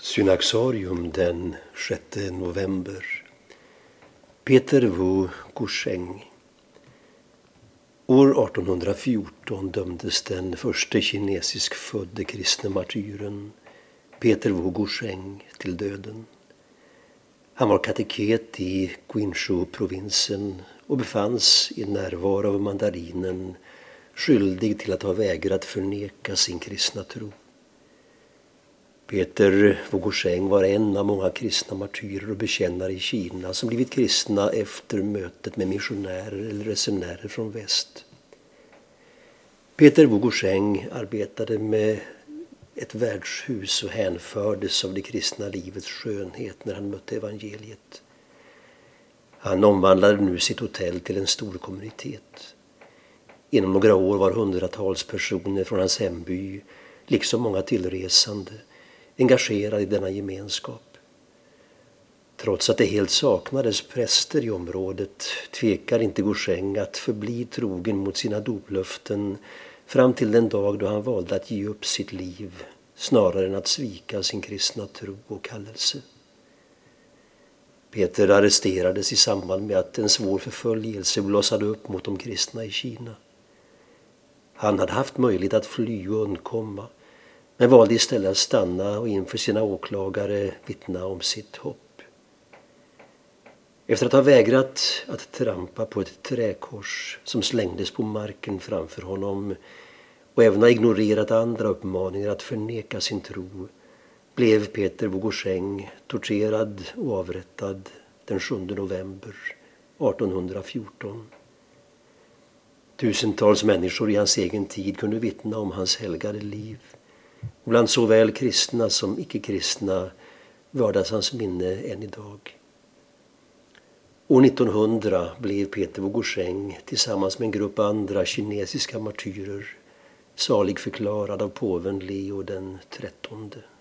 Synaxarium den 6 november. Peter Wu Gusheng. År 1814 dömdes den första kinesisk födde kristne martyren Peter Wu Gusheng till döden. Han var kateket i Guizhou-provinsen och befanns i närvaro av mandarinen skyldig till att ha vägrat förneka sin kristna tro. Peter Wu Gusheng var en av många kristna martyrer och bekännare i Kina som blivit kristna efter mötet med missionärer eller resenärer från väst. Peter Wu Gusheng arbetade med ett värdshus och hänfördes av det kristna livets skönhet när han mötte evangeliet. Han omvandlade nu sitt hotell till en stor kommunitet. Inom några år var hundratals personer från hans hemby, liksom många tillresande, engagerade i denna gemenskap. Trots att det helt saknades präster i området tvekar inte Gusheng att förbli trogen mot sina doplöften fram till den dag då han valde att ge upp sitt liv snarare än att svika sin kristna tro och kallelse. Peter arresterades i samband med att en svår förföljelse blossade upp mot de kristna i Kina. Han hade haft möjlighet att fly och undkomma, men valde istället att stanna och inför sina åklagare vittna om sitt hopp. Efter att ha vägrat att trampa på ett träkors som slängdes på marken framför honom och även ha ignorerat andra uppmaningar att förneka sin tro, blev Peter Wu Gusheng torterad och avrättad den 7 november 1814. Tusentals människor i hans egen tid kunde vittna om hans helgade liv. Bland såväl kristna som icke-kristna vördas hans minne än idag. År 1900 blev Peter Wu Gusheng tillsammans med en grupp andra kinesiska martyrer saligförklarad av påven Leo den 13.